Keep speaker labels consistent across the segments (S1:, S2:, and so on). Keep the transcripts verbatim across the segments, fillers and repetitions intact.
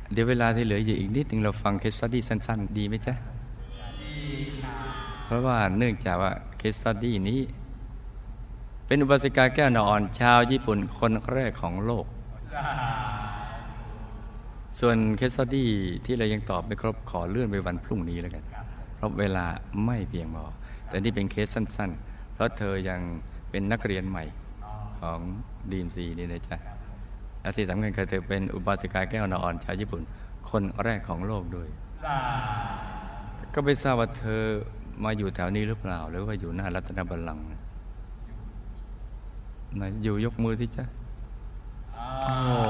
S1: เดี๋ยวเวลาที่เหลืออยู่อีกนิดนึงเราฟังเคสสตัดดี้สั้นๆดีไหมจ๊ะเพราะว่าเนื่องจากว่าเคสสตัดดี้นี้เป็นอุบาสิกาแก้วนอ่อนชาวญี่ปุ่นคนแรกของโลกส่วนเคสสตัดดี้ที่เรายังตอบไม่ครบขอเลื่อนไปวันพรุ่งนี้แล้วกันเพราะเวลาไม่เพียงพอแต่นี่เป็นเคสสั้นๆเพราะเธอยังเป็นนักเรียนใหม่ของดีมซีนี่นะจ๊ะและที่สำคัญคือเธอเป็นอุบาสิกาแก้วนอ่อนชาวญี่ปุ่นคนแรกของโลกด้วยก็ไม่ทราบว่าเธอมาอยู่แถวนี้หรือเปล่าหรือว่าอยู่หน้ารัตนบัลลังก์ไหนอยู่ยกมือที่จ๊ะโอ้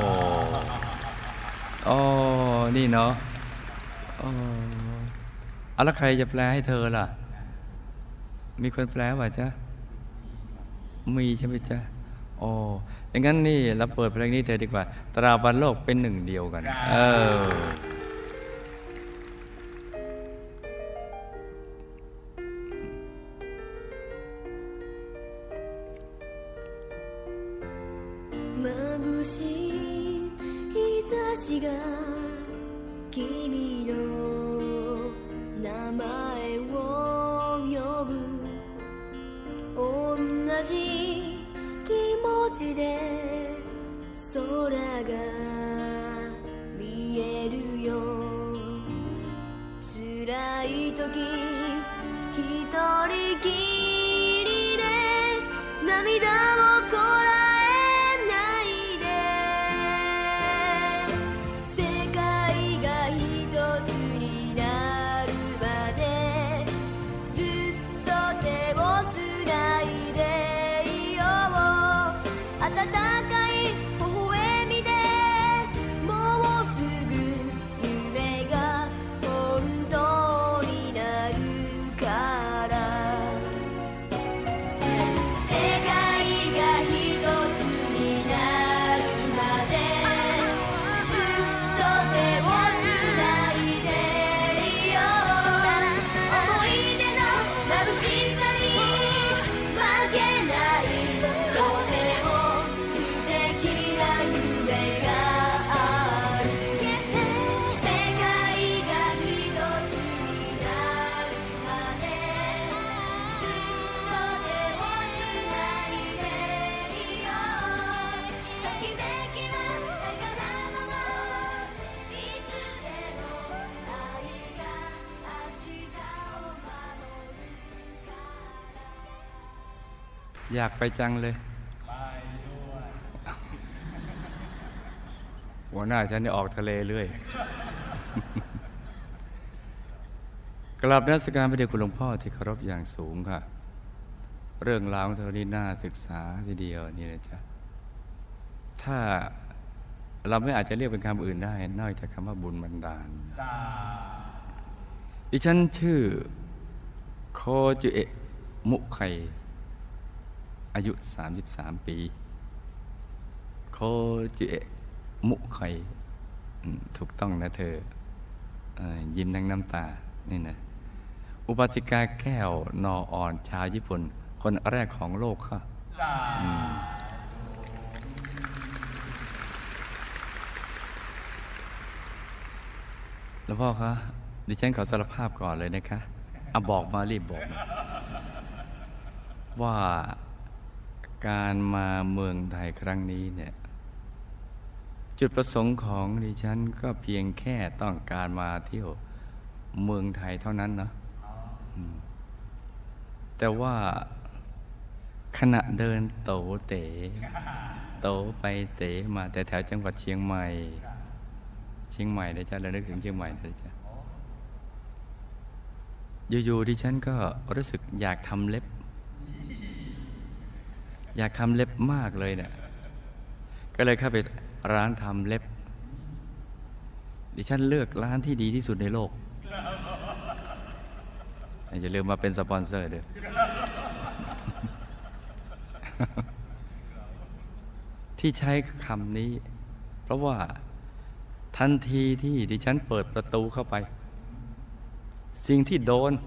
S1: โอ้นี่เนาะโอ้เอาแล้วใครจะแปลให้เธอล่ะมีคนแปลป่ะจ๊ะมีใช่ไหมจ๊ะโอ้อย่างนั้นนี่เราเปิดเพลงนี้เธอดีกว่าตราบรรโลกเป็นหนึ่งเดียวกันเออ
S2: 眩しい日差しが君の名前を呼ぶ同じ気持ちで空が見えるよ辛い時一人きりで涙をこら
S1: อยากไปจังเลยหัวหน้าฉันนี่ออกทะเลเรื่อยกราบนมัสการพระเดชคุณหลวงพ่อที่เคารพอย่างสูงค่ะเรื่องราวของเธอนี่น่าศึกษาทีเดียวนี่นะจ๊ะถ้าเราไม่อาจจะเรียกเป็นคำอื่นได้นอกจากคำว่าบุญบันดาลดิฉันชื่อโคจุเอะมุไคอายุสามสิบสามปีโคจิเอะมุไคถูกต้องนะเธอยิ้มทั้งน้ำตานี่นะอุบาสิกาแก้วนออ่อนชาวญี่ปุ่นคนแรกของโลกค่ะแล้วพ่อคะดิฉันขอสารภาพก่อนเลยนะคะเอาบอกมารีบบอกว่าการมาเมืองไทยครั้งนี้เนี่ยจุดประสงค์ของดิฉันก็เพียงแค่ต้องการมาเที่ยวเมืองไทยเท่านั้นนะแต่ว่าขณะเดินโตเต๋โตไปเต๋มาแต่แถวจังหวัดเชียงใหม่เชียงใหม่นะจ๊ะเรานึกถึงเชียงใหม่นะจ๊ะอยู่ๆดิฉันก็รู้สึกอยากทำเล็บอยากทำเล็บมากเลยเนี่ยก็เลยเข้าไปร้านทำเล็บดิฉันเลือกร้านที่ดีที่สุดในโลกอย่าลืมมาเป็นสปอนเซอร์ด้วยที่ใช้คำนี้เพราะว่าทันทีที่ดิฉันเปิดประตูเข้าไปสิ่งที่โดน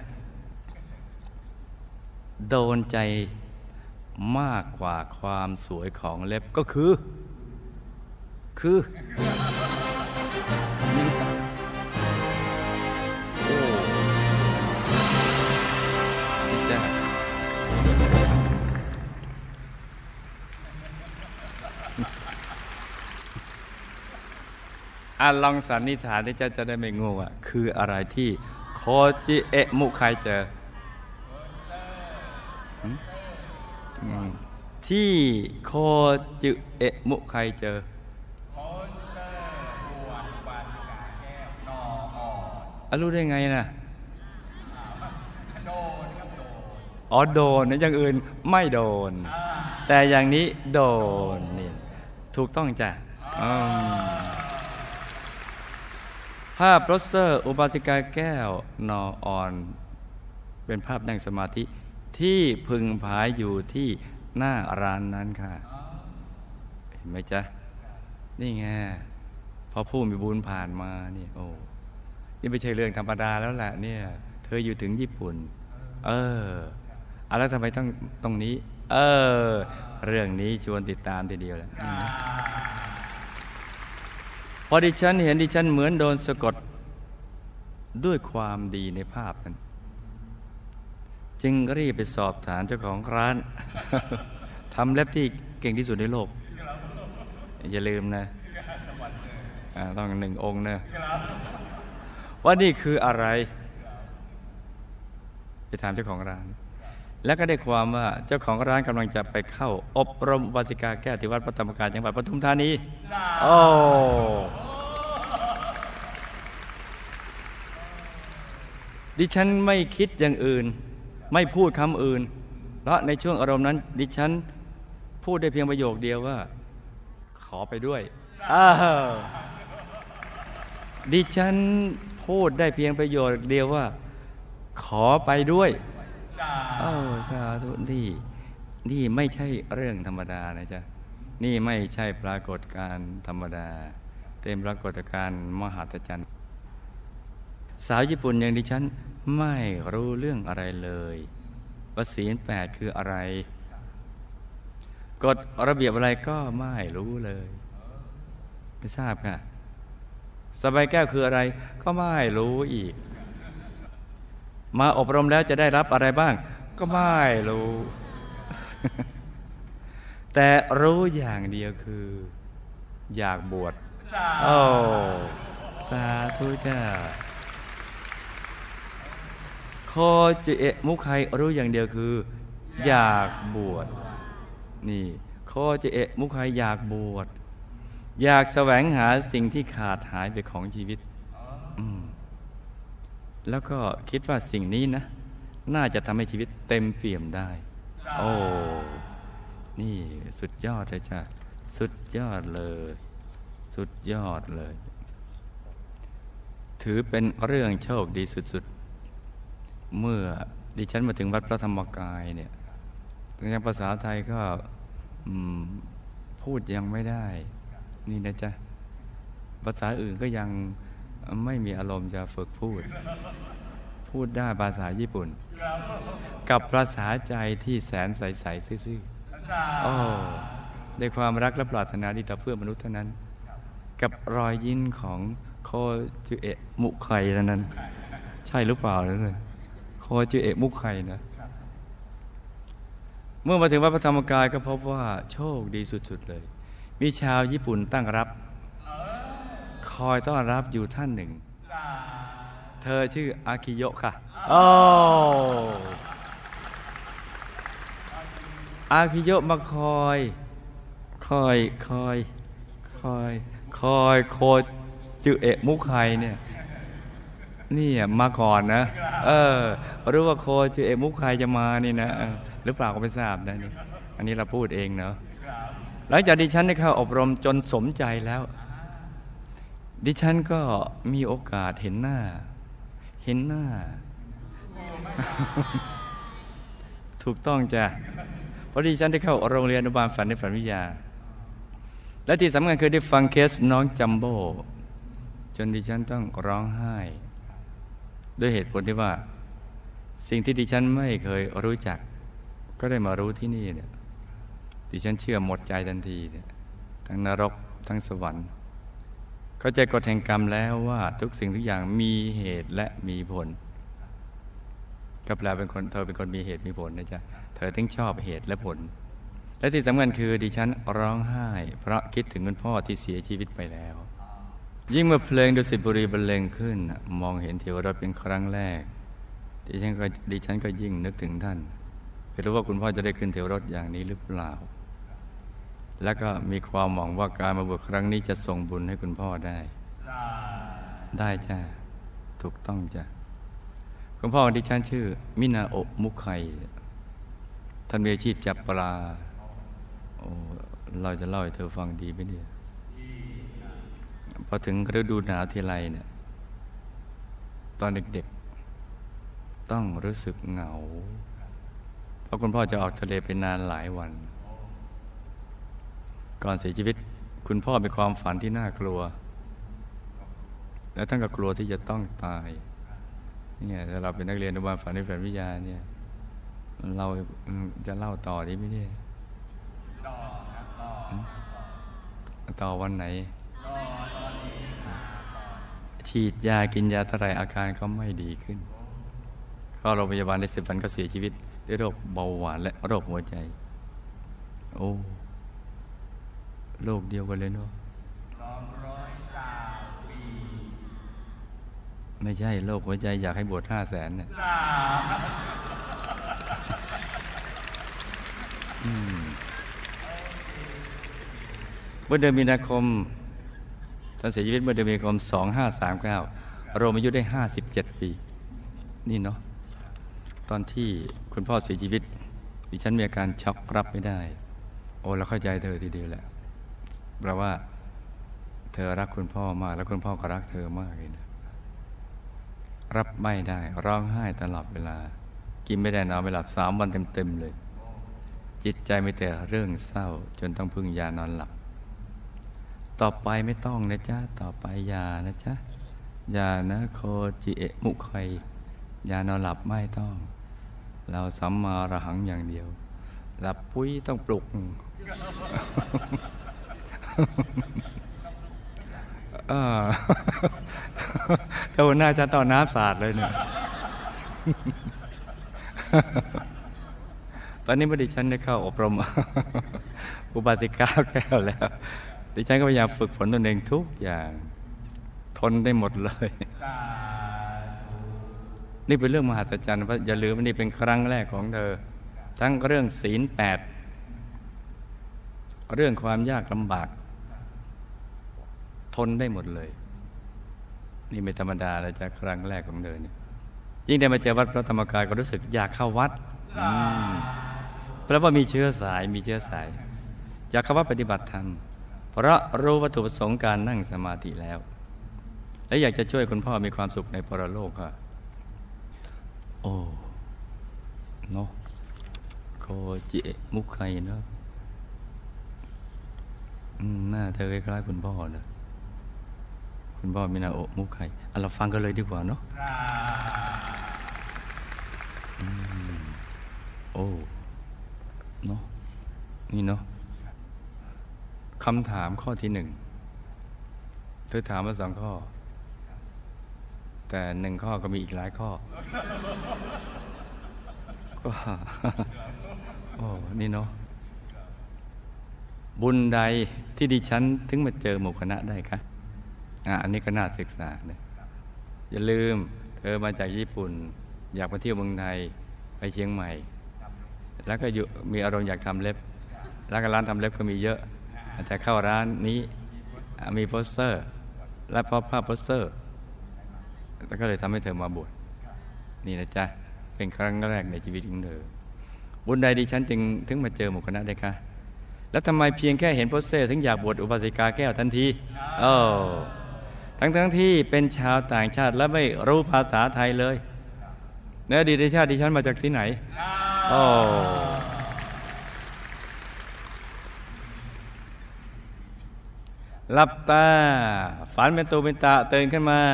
S1: โดนใจมากกว่าความสวยของเล็บก็คือคืออ่ะลองสันนิษฐานที่จะจะได้ไม่งงอ่ะคืออะไรที่โคจิเอะมุไคเจอที่โคจิเอะมุไคเจออ่ะรู้ได้ไงนะอ๋อโดนนะอย่างอื่นไม่โดนแต่อย่างนี้โดนนี่ถูกต้องจ้ะภาพโปสเตอร์อุบาสิกาแก้วนออ่อนเป็นภาพนั่งสมาธิที่พึงผายอยู่ที่หน้าร้านนั้นค่ะเห็นไหมจ๊ะนี่ไงพอผู้มีบุญผ่านมานี่โอ้นี่ไม่ใช่เรื่องธรรมดาแล้วแหละเนี่ยเธออยู่ถึงญี่ปุ่นเออเอาแล้วทำไมต้องตรงนี้เออเรื่องนี้ชวนติดตามทีเดียวแหละพอดิฉันเห็นดิฉันเหมือนโดนสะกดด้วยความดีในภาพนั้นจึงรีบไปสอบถามเจ้าของร้านทำเล็บที่เก่งที่สุดในโลกอย่าลืมนะต้องหนึ่งองค์นะว่านี่คืออะไรไปถามเจ้าของร้านแล้วก็ได้ความว่าเจ้าของร้านกำลังจะไปเข้าอบรมอุบาสิกาแก้วที่วัดพระธรรมกายจังหวัดปทุมธานีโอ้ดิฉันไม่คิดอย่างอื่นไม่พูดคำอื่นเพราะในช่วงอารมณ์นั้นดิฉันพูดได้เพียงประโยคเดียวว่าขอไปด้วยอ้าวดิฉันพูดได้เพียงประโยคเดียวว่าขอไปด้วยอ้าวสาธุนี่นี่ไม่ใช่เรื่องธรรมดานะจ๊ะนี่ไม่ใช่ปรากฏการณ์ธรรมดาเต็มปรากฏการณ์มหัศจรรย์สาวญี่ปุ่นอย่างดิฉันไม่รู้เรื่องอะไรเลยว่าศีลแปดคืออะไรกฎระเบียบอะไรก็ไม่รู้เลยไม่ทราบค่ะสบายแก้วคืออะไรก็ไม่รู้อีกมาอบรมแล้วจะได้รับอะไรบ้างก็ไม่รู้ แต่รู้อย่างเดียวคืออยากบวชโอ้สาธุจ้าโคจิเอะมุไครู้อย่างเดียวคืออยากบวชนี่โคจิเอะมุไคอยากบวชอยากแสวงหาสิ่งที่ขาดหายไปของชีวิตอืมแล้วก็คิดว่าสิ่งนี้นะน่าจะทำให้ชีวิตเต็มเปี่ยมได้โอ้นี่สุดยอดเลยจ้ะสุดยอดเลยสุดยอดเลยถือเป็นเรื่องโชคดีสุดๆเมื่อดิฉันมาถึงวัดพระธรรมกายเนี่ยยังภาษาไทยก็พูดยังไม่ได้นี่นะจ๊ะภาษาอื่นก็ยังไม่มีอารมณ์จะฝึกพูดพูดได้ภาษาญี่ปุ่นกับภาษาใจที่แสนใสๆซื่อๆโอ้ในความรักและปรารถนาดีต่อเพื่อนมนุษย์เท่านั้นกับรอยยิ้มของโคจิเอะมุไคเท่านั้นใช่หรือเปล่าเนี่ยโคจิเอะมุไคนะเมื่อมาถึงวัดพระธรรมกายก็พบว่าโชคดีสุดๆเลยมีชาวญี่ปุ่นตั้งรับคอยต้อนรับอยู่ท่านหนึ่งเธอชื่ออากิโยะค่ะโอ้อากิโยะมาคอยคอยคอยคอยคอยโคจิเอะมุไคเนี่ยนี่มาก่อนนะเออรู้ว่าโคจิเอะมุไคจะมานี่นะหรือเปล่าก็ไม่ทราบนะนี่อันนี้เราพูดเองเนาะหลังจากดิฉันได้เข้าอบรมจนสมใจแล้วดิฉันก็มีโอกาสเห็นหน้าเห็นหน้า ถูกต้องจ้ะเพราะดิฉันได้เข้าโรงเรียนอนุบาลฝันในฝันวิทยาและที่สำคัญคือได้ฟังเคสน้องจัมโบ้จนดิฉันต้องร้องไห้ด้วยเหตุผลที่ว่าสิ่งที่ดิฉันไม่เคยรู้จักก็ได้มารู้ที่นี่เนี่ยดิฉันเชื่อหมดใจทันทีเนี่ยทั้งนรกทั้งสวรรค์เข้าใจกฎแห่งกรรมแล้วว่าทุกสิ่งทุกอย่างมีเหตุและมีผลก็แปลเป็นคนเธอเป็นคนมีเหตุมีผลนะจ๊ะเธอถึงชอบเหตุและผลและที่สำคัญคือดิฉันร้องไห้เพราะคิดถึงคุณพ่อที่เสียชีวิตไปแล้วยิ่งเมื่อเพลงดุสิตบุรีบรรเลงขึ้นมองเห็นเทวรถเป็นครั้งแรกดิฉันก็ดิฉันก็ยิ่งนึกถึงท่านไม่รู้ว่าคุณพ่อจะได้ขึ้นเทวรถอย่างนี้หรือเปล่าแล้วก็มีความหวังว่าการมาบวชครั้งนี้จะส่งบุญให้คุณพ่อได้ได้จ้ะถูกต้องจ้ะคุณพ่อดิฉันชื่อมินาโอะมุไคท่านมีอาชีพจับปลาโอ้เราจะเล่าให้เธอฟังดีไหมเนี่ยพอถึงฤดูหนาวทีไรเนี่ยตอนเด็กๆต้องรู้สึกเหงาเพราะคุณพ่อจะออกทะเลไปนานหลายวันก่อนเสียชีวิตคุณพ่อมีความฝันที่น่ากลัวและท่านก็กลัวที่จะต้องตายเนี่ยถ้าเราเป็นนักเรียนอนุบาลฝันในแฝงวิทยาเนี่ยเราจะเล่าต่อดีไหมเนี่ยต่อครับต่อต่อวันไหนฉีดยากินยาเท่าไรอาการก็ไม่ดีขึ้นเข้าโรงพยาบาลได้สิบวันก็เสียชีวิตด้วยโรคเบาหวานและโรคหัวใจโอ้โรคเดียวกันเลยเนาะสองร้อยสามปีไม่ใช่โรคหัวใจอยากให้บวชห้าแสนเนี่ยเมื่อเดือนมีนาคมท่านเสียชีวิตเมื่อเดือนมีนาคมสองห้าสามเก้ารวมอายุได้ห้าสิบเจ็ดปีนี่เนาะตอนที่คุณพ่อเสียชีวิตดิฉันมีอาการช็อกรับไม่ได้โอ้เราเข้าใจเธอทีเดียวแหละเพราะว่าเธอรักคุณพ่อมากแล้วคุณพ่อก็รักเธอมากเลยนะรับไม่ได้ร้องไห้ตลอดเวลากินไม่ได้นอนไม่หลับสามวันเต็มๆเลยจิตใจมีแต่เรื่องเศร้าจนต้องพึ่งยานอนหลับต่อไปไม่ต้องนะจ๊ะต่อไปยานะจ๊ะยานะโคจิเอะมุไคยานอนหลับไม่ต้องเราสัมมาระหังอย่างเดียวหลับปุ้ยต้องปลุกเท่าน่าจะต่อน้ำสาดเลยเนี่ยตอนนี้เมื่อดิฉันได้เข้าอบรมอุบาสิกาแก้วแล้วดิฉันก็พยายามฝึกฝนตนเองทุกอย่างทนได้หมดเลยนี่เป็นเรื่องมหัศจรรย์เพราะอย่าลืมว่านี่เป็นครั้งแรกของเธอทั้งเรื่องศีลแปดเรื่องความยากลำบากทนได้หมดเลยนี่ไม่ธรรมดาเลยจากครั้งแรกของเธอเนี่ยยิ่งได้มาเจอวัดพระธรรมกายก็รู้สึกอยากเข้าวัดเพราะว่ามีเชื้อสายมีเชื้อสายอยากเข้าวัดปฏิบัติธรรมเพราะรู้วัตถุประสงค์การนั่งสมาธิแล้วและอยากจะช่วยคุณพ่อมีความสุขในปรโลกค่ะโอ้เนาะโคจิมุไคเนาะหน้าเธอคล้ายๆคุณพ่อนะคุณพ่อมินาโอะมุไคอ่ะเราฟังกันเลยดีกว่าเนาะโอ้เนาะนี่เนาะคำถามข้อที่หนึ่งเธอถามมาสองข้อแต่หนึ่งข้อก็มีอีกหลายข้อก็โอ้นี่เนาะบุญใดที่ดิฉันถึงมาเจอหมู่คณะได้คะอ่ะอันนี้ก็น่าศึกษาเนี่ยอย่าลืมเธอมาจากญี่ปุ่นอยากมาเที่ยวเมืองไทยไปเชียงใหม่แล้วก็อยู่มีอารมณ์อยากทำเล็บแล้วก็ร้านทำเล็บก็มีเยอะแต่เข้าร้านนี้มีโปสเตอร์และพอภาพโปสเตอร์แล้วก็เลยทำให้เธอมาบวชนี่นะจ๊ะเป็นครั้งแรกในชีวิตของเธอบุญใดดิฉันจึงถึงมาเจอหมู่คณะได้คะแล้วทำไมเพียงแค่เห็นโปสเตอร์ถึงอยากบวชอุบาสิกาแก้วทันทีโอ้ทั้งทั้งที่เป็นชาวต่างชาติและไม่รู้ภาษาไทยเลยในอดีตชาติดิฉันมาจากที่ไหนโอ้หลับตาฝันเป็นตูเป็นตาตื่นขึ้นมา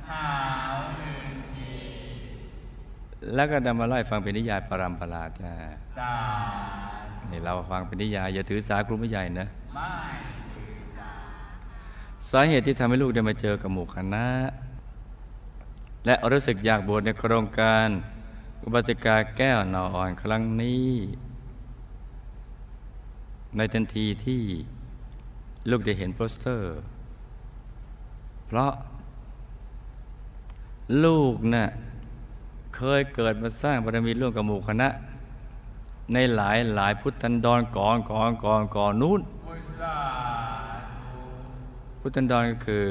S1: แล้วก็นำมาไล่ฟังเป็นนิยายปรำปราจ้านี่เราฟังเป็นนิยายอย่าถือสาครูไม่ใหญ่นะสาเหตุที่ทำให้ลูกได้มาเจอกับหมู่คณะและรู้สึกอยากบวชในโครงการอุบาสิกาแก้วนออ่อนครั้งนี้ในทันทีที่ลูกได้เห็นโปสเตอร์เพราะลูกน่ะเคยเกิดมาสร้างบารมีร่วมกับหมู่คณะในหลายหลายพุทธันดรก่อนก่อนก่อนก่อนนู้นพุทธันดรก็คือ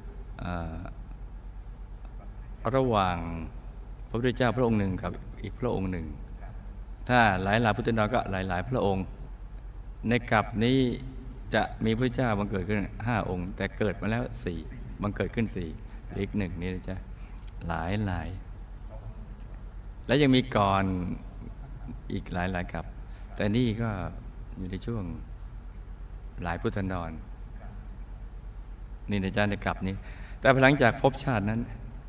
S1: ระหว่างพระพุทธเจ้าพระองค์หนึ่งกับอีกพระองค์หนึ่งถ้าหลายหลายพุทธันดรก็หลายหลายพระองค์ในกลับนี้จะมีพระเจ้าบังเกิดขึ้นห้าองค์แต่เกิดมาแล้วสี่บังเกิดขึ้นสี่อีกหนึ่งนี่นะจ๊ะหลายหลายแล้วยังมีก่อนอีกหลายหลายกับแต่นี่ก็อยู่ในช่วงหลายพุทธันดรนี่นะจ๊ะในกลับนี้แต่หลังจากพบชาตินั้น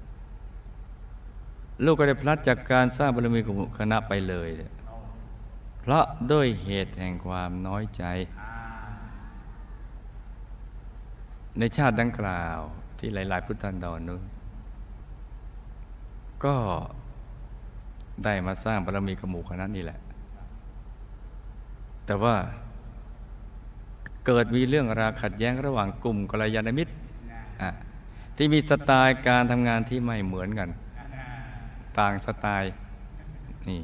S1: ลูกก็ได้พลัดจากการสร้างบารมีของคณะไปเลยเพราะด้วยเหตุแห่งความน้อยใจในชาติดังกล่าวที่หลายๆพุทธันดรนู้นก็ได้มาสร้างบารมีกับหมู่คณะนี่แหละแต่ว่าเกิดมีเรื่องราวขัดแย้งระหว่างกลุ่มกัลยาณมิตรที่มีสไตล์การทำงานที่ไม่เหมือนกันต่างสไตล์นี่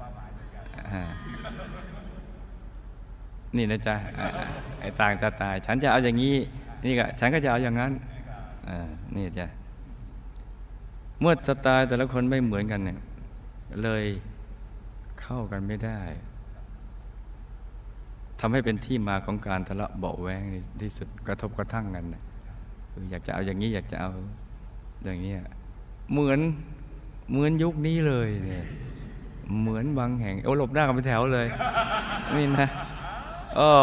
S1: นี่นะจ๊ะไอ้ต่างสไตล์ฉันจะเอาอย่างนี้นี่ก็ฉันก็จะเอาอย่างนั้นนี่จ้ะเมื่อสไตล์แต่ละคนไม่เหมือนกันเนี่ยเลยเข้ากันไม่ได้ทำให้เป็นที่มาของการทะเลาะเบาะแว้งในที่สุดกระทบกระทั่งกันนะคืออยากจะเอาอย่างนี้อยากจะเอาอย่างนี้เหมือนเหมือนยุคนี้เลยเนี่ยเหมือนบางแห่งโอ้หลบหน้ากันเป็นแถวเลยนี่นะโอ้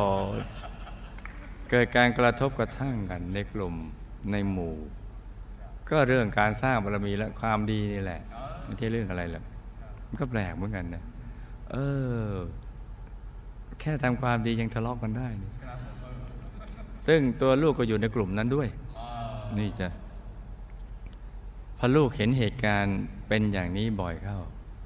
S1: เกิดการกระทบกระทั่งกันในกลุ่มในหมู่ก็เรื่องการสร้างบารมีและความดีนี่แหละไม่ใช่เรื่องอะไรหรอกมันก็แปลกเหมือนกันนะเออแค่ทำความดียังทะเลาะกันได้นี่ซึ่งตัวลูกก็อยู่ในกลุ่มนั้นด้วยนี่จะพอลูกเห็นเหตุการณ์เป็นอย่างนี้บ่อยเข้า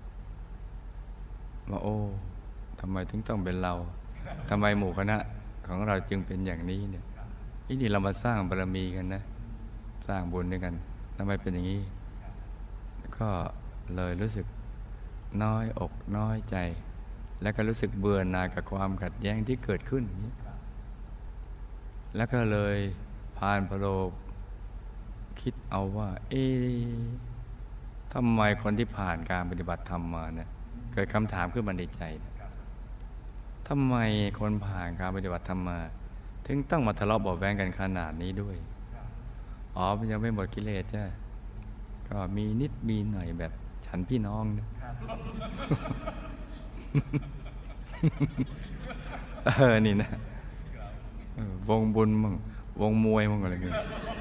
S1: ว่าโอ้ทำไมถึงต้องเป็นเราทำไมหมู่คณะของเราจึงเป็นอย่างนี้เนี่ยนี่เรามาสร้างบารมีกันนะสร้างบุญด้วยกันทำไมเป็นอย่างนี้ก็เลยรู้สึกน้อยอกน้อยใจแล้วก็รู้สึกเบื่อหน่ายกับความขัดแย้งที่เกิดขึ้นแล้วก็เลยพานพโลคิดเอาว่าเอ๊ะทำไมคนที่ผ่านการปฏิบัติธรรมมาเนี่ยเกิดคำถามขึ้นมาในใจทำไมคนผ่านการปฏิบัติธรรมมาถึงต้องมาทะเลาะเบาะแว้งกันขนาดนี้ด้วยอ๋อมันยังไม่หมดกิเลสจ้ะก็มีนิดมีหน่อยแบบฉันพี่น้องนะเออนี่นะวงบุญมั่งวงมวยมั่งอะไรเงี้ย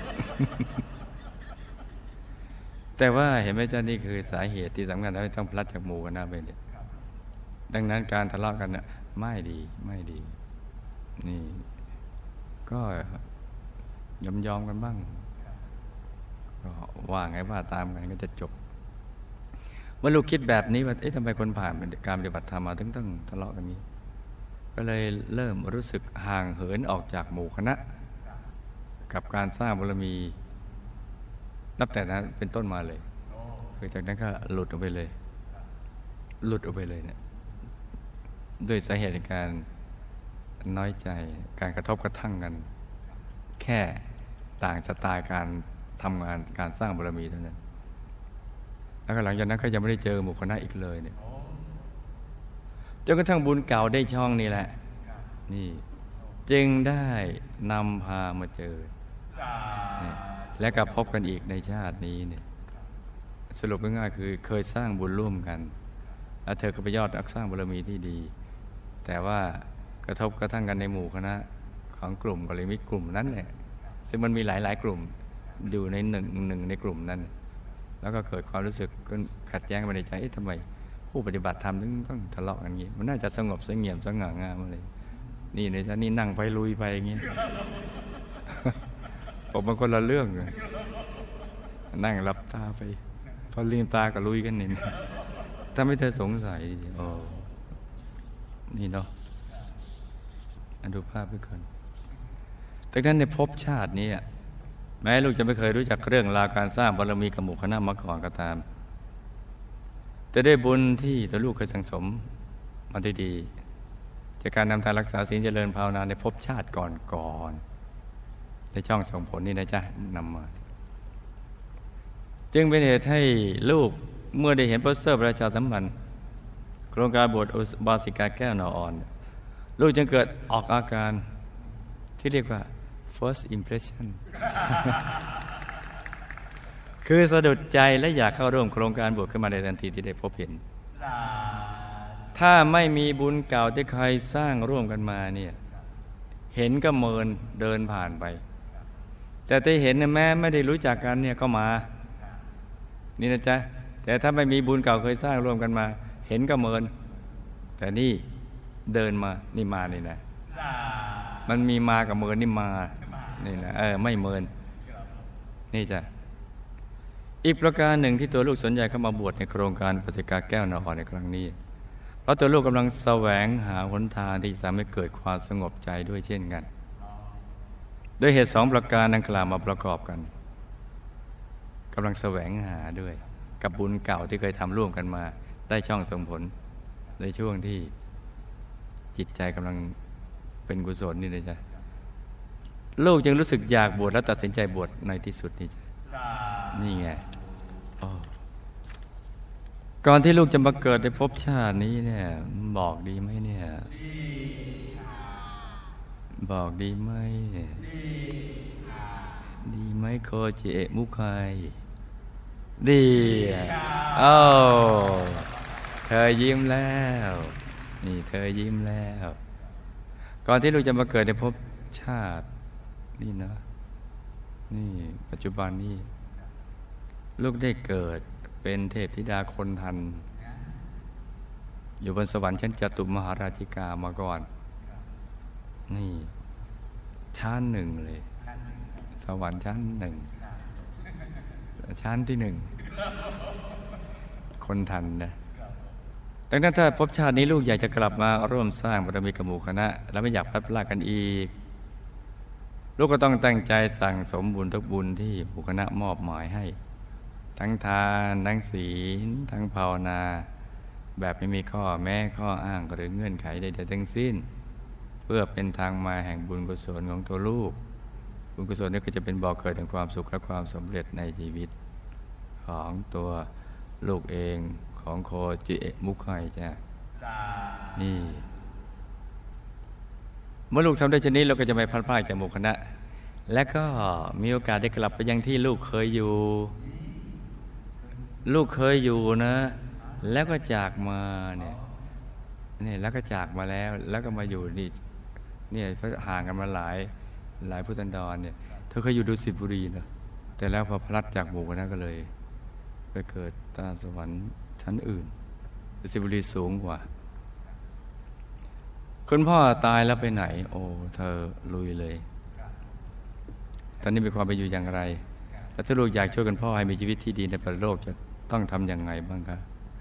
S1: แต่ว่าเห็นไหมจ้านี่คือสาเหตุที่สำคัญที่ต้องพลัดจากหมู่กันนะไปเนี่ยดังนั้นการทะเลาะกันเนี่ยไม่ดีไม่ดีนี่ก็ยอมยอมกันบ้างก็ว่าไงว่าตามกันก็จะจบเมื่อลูกคิดแบบนี้ว่าเอ๊ะทำไมคนผ่านการปฏิบัติธรรมมาถึงต้องทะเลาะกันนี้ก็เลยเริ่มรู้สึกห่างเหินออกจากหมู่คณะกับการสร้างบารมีนับแต่นั้นเป็นต้นมาเลยคือจากนั้นก็หลุดออกไปเลยหลุดออกไปเลยเนี่ยด้วยสาเหตุในการน้อยใจการกระทบกระทั่งกันแค่ต่างสไตล์การทำงานการสร้างบารมีเท่านั้นแล้วก็หลังจากนั้นก็ยังไม่ได้เจอหมู่คณะอีกเลยเนี่ยจนกระทั่งบุญเก่าได้ช่องนี่แหละนี่จึงได้นำพามาเจอและก็พบกันอีกในชาตินี้เนี่ยสรุปง่ายๆคือเคยสร้างบุญร่วมกันแล้วเธอก็ไปยอดรักสร้างบารมีที่ดีแต่ว่ากระทบกระทั่งกันในหมู่คณะของกลุ่มกัลยาณมิตรกลุ่มนั้นแหละซึ่งมันมีหลายๆกลุ่มอยู่ในหนึ่งหนึ่งในกลุ่มนั้นแล้วก็เกิดความรู้สึกขัดแย้งกันในใจทำไมผู้ปฏิบัติธรรมถึงต้องทะเลาะกันอย่างนี้มันน่าจะสงบเสงี่ยมสง่างามอะไรนี่ในชั้นนี้นั่งไปลุยไปอย่างนี้ผมเป็นคนละเรื่องเลยนั่งหลับตาไปพอลืมตาก็ลุยกันนี่ถ้าไม่เธอสงสัยโอ้นี่เนาะดูภาพด้วยกันดังนั้นในภพชาตินี้แม้ลูกจะไม่เคยรู้จักเรื่องราวการสร้างบารมีกับหมู่คณะมาก่อนก็ตามแต่ได้บุญที่ตัวลูกเคยสังสมมาได้ดีจากการนำทานรักษาศีลเจริญภาวนาในภพชาติก่อนๆในช่องส่งผลนี่นะจ๊ะนำมาจึงเป็นเหตุให้ลูกเมื่อได้เห็นโปสเตอร์ประชาสัมพันธ์โครงการบวชอุบาสิกาแก้วนออ่อนลูกจึงเกิดออกอาการที่เรียกว่า first impression คือสะดุดใจและอยากเข้าร่วมโครงการบวชขึ้นมาในทันทีที่ได้พบเห็นถ้าไม่มีบุญเก่าที่ใครสร้างร่วมกันมาเนี่ยเห็นก็เมินเดินผ่านไปแต่ที่เห็นแม้ไม่ได้รู้จักกันเนี่ยก็มานี่นะจ๊ะแต่ถ้าไม่มีบุญเก่าเคยสร้างร่วมกันมาเห็นก็เมินแต่นี่เดินมานี่มานี่นะมันมีมากับเมินนี่มานี่นะเออไม่เมินนี่จ้ะอีกประการหนึ่งที่ตัวลูกสนใจเข้ามาบวชในโครงการอุบาสิกาแก้วนออ่อนในครั้งนี้เพราะตัวลูกกำลังแสวงหาหนทางที่จะทำให้เกิดความสงบใจด้วยเช่นกันโดยเหตุสองประการดังกล่าวมาประกอบกันกำลังแสวงหาด้วยกับบุญเก่าที่เคยทำร่วมกันมาได้ช่องส่งผลในช่วงที่จิตใจกำลังเป็นกุศลนี่นะจ๊ะลูกจึงรู้สึกอยากบวชและตัดสินใจบวชในที่สุดนี่จ้ะนี่ไงก่อนที่ลูกจะมาเกิดในภพชาตินี้เนี่ยบอกดีไหมเนี่ยบอกดีไหมดีไหมโคจิเอะมุคายดีโอ้เธอยิ้มแล้วนี่เธอยิ้มแล้วก่อนที่ลูกจะมาเกิดในภพชาตินี่นะนี่ปัจจุบันนี้ลูกได้เกิดเป็นเทพธิดาคนทันอยู่บนสวรรค์ชั้นจตุมหาราชิกามาก่อนนี่ชั้นหนึ่งเลยสวรรค์ชั้นหนึ่งชั้นที่หนึ่งคนทันนะดังนั้นถ้าพบชาตินี้ลูกอยากจะกลับมาร่วมสร้างบารมีกับหมู่คณะและไม่อยากพลัดพรากกันอีกลูกก็ต้องตั้งใจสั่งสมบุญทุกบุญที่หมู่คณะมอบหมายให้ทั้งทานทั้งศีลทั้งภาวนาแบบไม่มีข้อแม้ข้ออ้างหรือเงื่อนไขใดๆทั้งสิ้นเพื่อเป็นทางมาแห่งบุญกุศลของตัวลูกบุญกุศลนี้ก็จะเป็นบ่อเกิดแห่งความสุขและความสำเร็จในชีวิตของตัวลูกเองของโคจิเอะมุคายจ้ะนี่เมื่อลูกทำได้เช่นนี้เราก็จะไม่พลาดพลาดจากหมู่คณะและก็มีโอกาสได้กลับไปยังที่ลูกเคยอยู่ลูกเคยอยู่นะแล้วก็จากมาเนี่ยนี่แล้วก็จากมาแล้วแล้วก็มาอยู่นี่เนี่ยห่างกันมาหลายหลายพุทธันดรเนี่ยเธอเคยอยู่ดุสิตบุรีนะแต่แล้วพอพลัดจากหมู่คณะก็เลยไปเกิดตามสวรรค์ชั้นอื่นดุสิตบุรีสูงกว่าคุณพ่อตายแล้วไปไหนโอ้เธอลุยเลยตอนนี้มีความเป็นอยู่อย่างไรแล้วถ้าลูกอยากช่วยคุณพ่อให้มีชีวิตที่ดีในปรโลกจะต้องทำอย่างไรบ้างครับ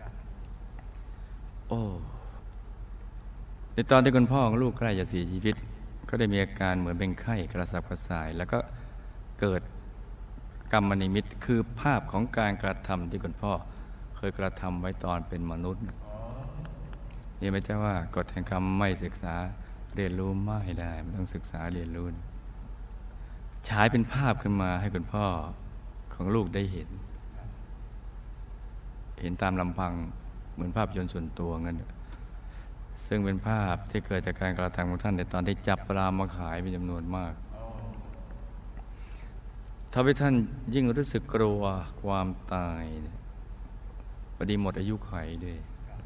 S1: โอ้ในตอนที่คุณพ่อของลูกใกล้จะเสียชีวิตก็ได้มีอาการเหมือนเป็นไข้กระสับกระส่ายแล้วก็เกิดกรรมนิมิตคือภาพของการกระทำที่คุณพ่อเคยกระทำไว้ตอนเป็นมนุษย์นี่ไม่ใช่ว่ากฎแห่งกรรมไม่ศึกษาเรียนรู้ไม่ได้มันต้องศึกษาเรียนรู้ฉายเป็นภาพขึ้นมาให้คุณพ่อของลูกได้เห็นเห็นตามลำพังเหมือนภาพยนตร์ส่วนตัวงั้นซึ่งเป็นภาพที่เกิดจากการกระทำของท่านในตอนที่จับปลามาขายเป็นจำนวนมากทำให้ท่านยิ่งรู้สึกกลัวความตายพอดีหมดอายุไขด้วย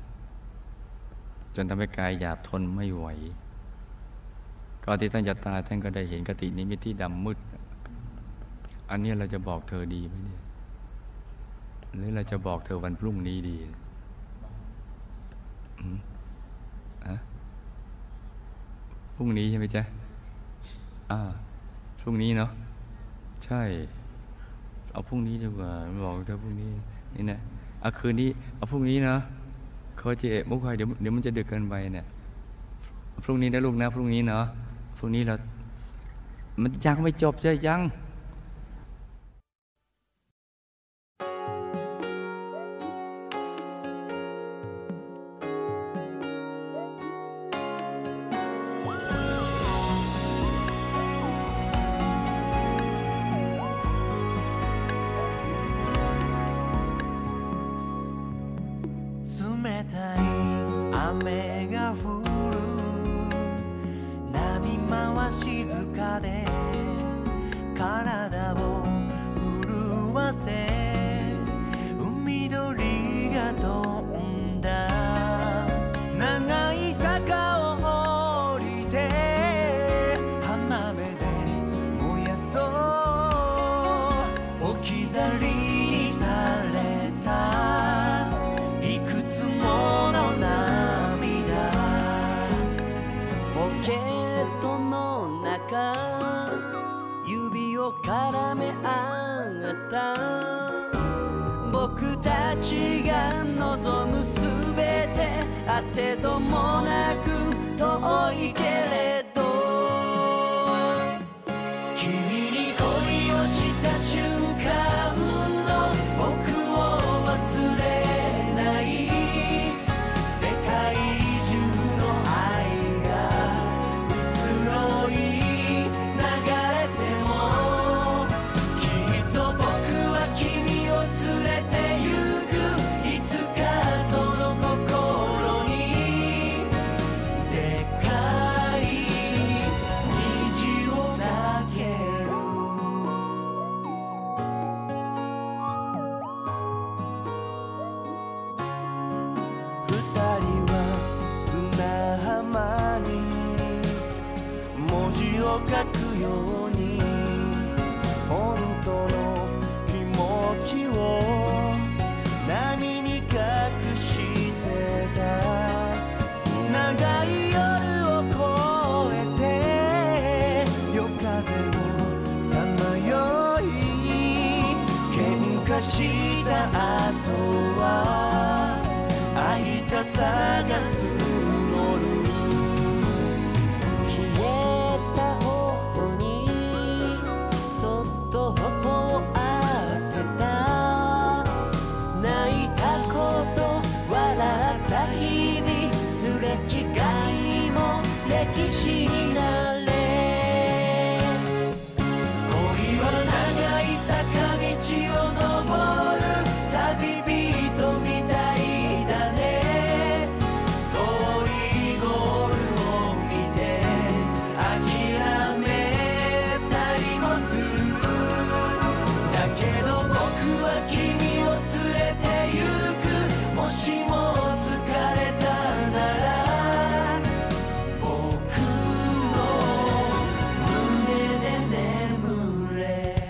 S1: จนทำให้กายหยาบทนไม่ไหวก่อนที่ท่านจะตายท่านก็ได้เห็นกตินิมิตที่ดำมืดอันนี้เราจะบอกเธอดีไหมเนี่ยหรือเราจะบอกเธอวันพรุ่งนี้ดีอืมอะพรุ่งนี้ใช่ไหมจ๊ะอ่าพรุ่งนี้เนาะใช่เอาพรุ่งนี้ดีกว่าบอกเธอพรุ่งนี้นี่นะเอาคืนนี้เอาพรุ่งนี้เนาะเขาจะมุกคอยเดี๋ยวเดี๋ยวมันจะดึกเกินไปเนี่ยพรุ่งนี้นะลูกนะพรุ่งนี้เนาะพรุ่งนี้เรามันยังไม่จบใช่ยัง
S3: 絡め合った僕たちが望むすべてあてどもなく遠いけれど君に恋をした瞬間の僕を忘れない世界中の愛が移ろい流れてもきっと僕は君を連れてゆくいつかその心にでっかい虹を投げる二人は砂浜に文字を書くように本当の気持ちを波に隠してた長い夜を越えて夜風をさまよい喧嘩した後は会いたさが募る冷えた頬にそっと頬を当てた泣いたこと笑った日々すれ違いも歴史になれ恋は長い坂道を登る旅人みたいだね遠いゴールを見て諦めたりもするだけど僕は君を連れてゆくもしも疲れたなら僕の胸で眠れ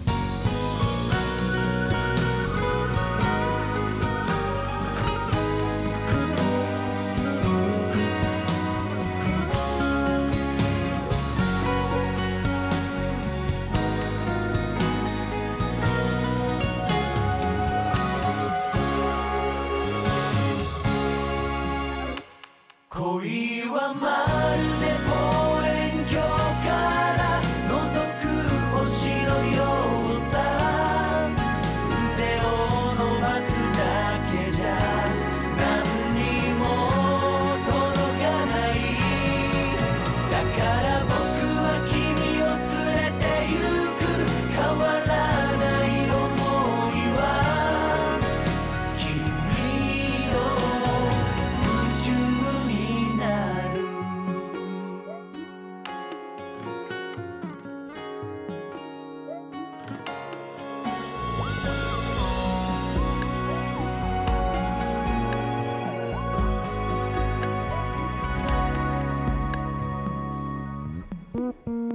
S3: 恋はまるで望遠鏡から覗く星のようさ腕を伸ばすだけじゃ何にも届かないだから僕は君を連れてゆく変わらない想いは君の夢中になる「